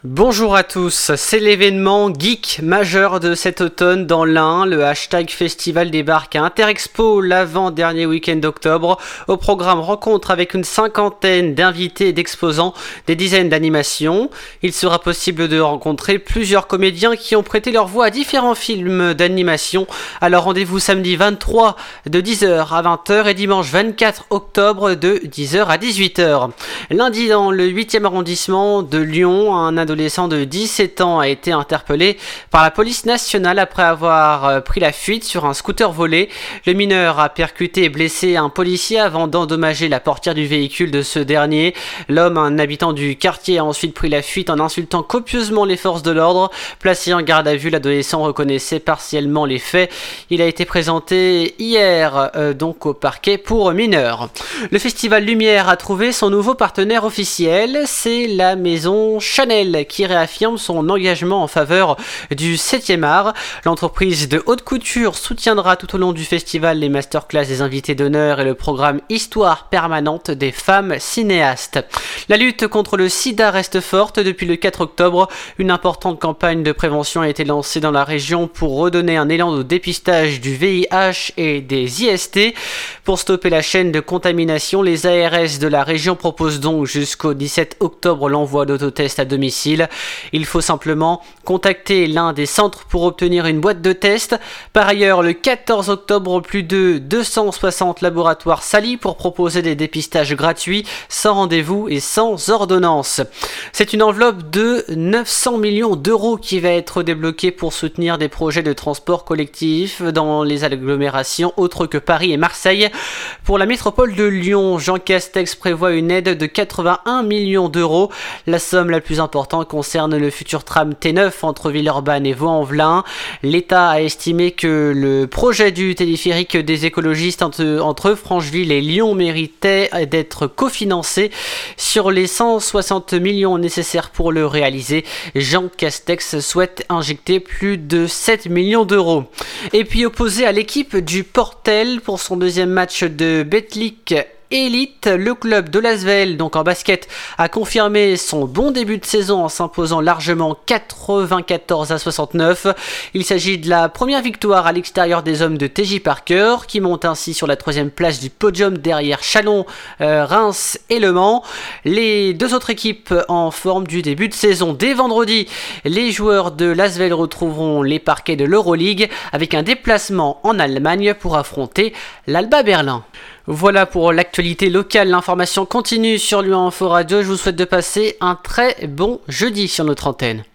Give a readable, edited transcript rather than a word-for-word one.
Bonjour à tous, c'est l'événement geek majeur de cet automne dans l'Ain. Le hashtag festival débarque à Interexpo l'avant-dernier week-end d'octobre. Au programme rencontre avec une cinquantaine d'invités et d'exposants, des dizaines d'animations. Il sera possible de rencontrer plusieurs comédiens qui ont prêté leur voix à différents films d'animation. Alors rendez-vous samedi 23 de 10h à 20h et dimanche 24 octobre de 10h à 18h. Lundi dans le 8e arrondissement de Lyon, un adolescent de 17 ans a été interpellé par la police nationale après avoir pris la fuite sur un scooter volé. Le mineur a percuté et blessé un policier avant d'endommager la portière du véhicule de ce dernier. L'homme, un habitant du quartier, a ensuite pris la fuite en insultant copieusement les forces de l'ordre. Placé en garde à vue, l'adolescent reconnaissait partiellement les faits. Il a été présenté hier donc au parquet pour mineurs. Le festival Lumière a trouvé son nouveau partenaire officiel, c'est la maison Chanel qui réaffirme son engagement en faveur du 7e art. L'entreprise de haute couture soutiendra tout au long du festival les masterclass des invités d'honneur et le programme Histoire permanente des femmes cinéastes. La lutte contre le sida reste forte. Depuis le 4 octobre, une importante campagne de prévention a été lancée dans la région pour redonner un élan au dépistage du VIH et des IST. Pour stopper la chaîne de contamination, les ARS de la région proposent donc jusqu'au 17 octobre l'envoi d'autotests à domicile. Il faut simplement contacter l'un des centres pour obtenir une boîte de test. Par ailleurs, le 14 octobre, plus de 260 laboratoires s'allient pour proposer des dépistages gratuits, sans rendez-vous et sans ordonnance. C'est une enveloppe de 900 millions d'euros qui va être débloquée pour soutenir des projets de transport collectif dans les agglomérations autres que Paris et Marseille. Pour la métropole de Lyon, Jean Castex prévoit une aide de 81 millions d'euros. La somme la plus importante concerne le futur tram T9 entre Villeurbanne et Vaux-en-Velin. L'État a estimé que le projet du téléphérique des écologistes entre Francheville et Lyon méritait d'être cofinancé. Sur les 160 millions nécessaires pour le réaliser, Jean Castex souhaite injecter plus de 7 millions d'euros. Et puis opposé à l'équipe du Portel pour son deuxième match de Betclic Elite, le club de l'Asvel, donc en basket, a confirmé son bon début de saison en s'imposant largement 94-69. Il s'agit de la première victoire à l'extérieur des hommes de TJ Parker, qui monte ainsi sur la 3e place du podium derrière Chalon, Reims et Le Mans. Les deux autres équipes en forme du début de saison. Dès vendredi, les joueurs de l'Asvel retrouveront les parquets de l'Euroleague avec un déplacement en Allemagne pour affronter l'Alba Berlin. Voilà pour l'actualité locale, l'information continue sur Lyon Info Radio. Je vous souhaite de passer un très bon jeudi sur notre antenne.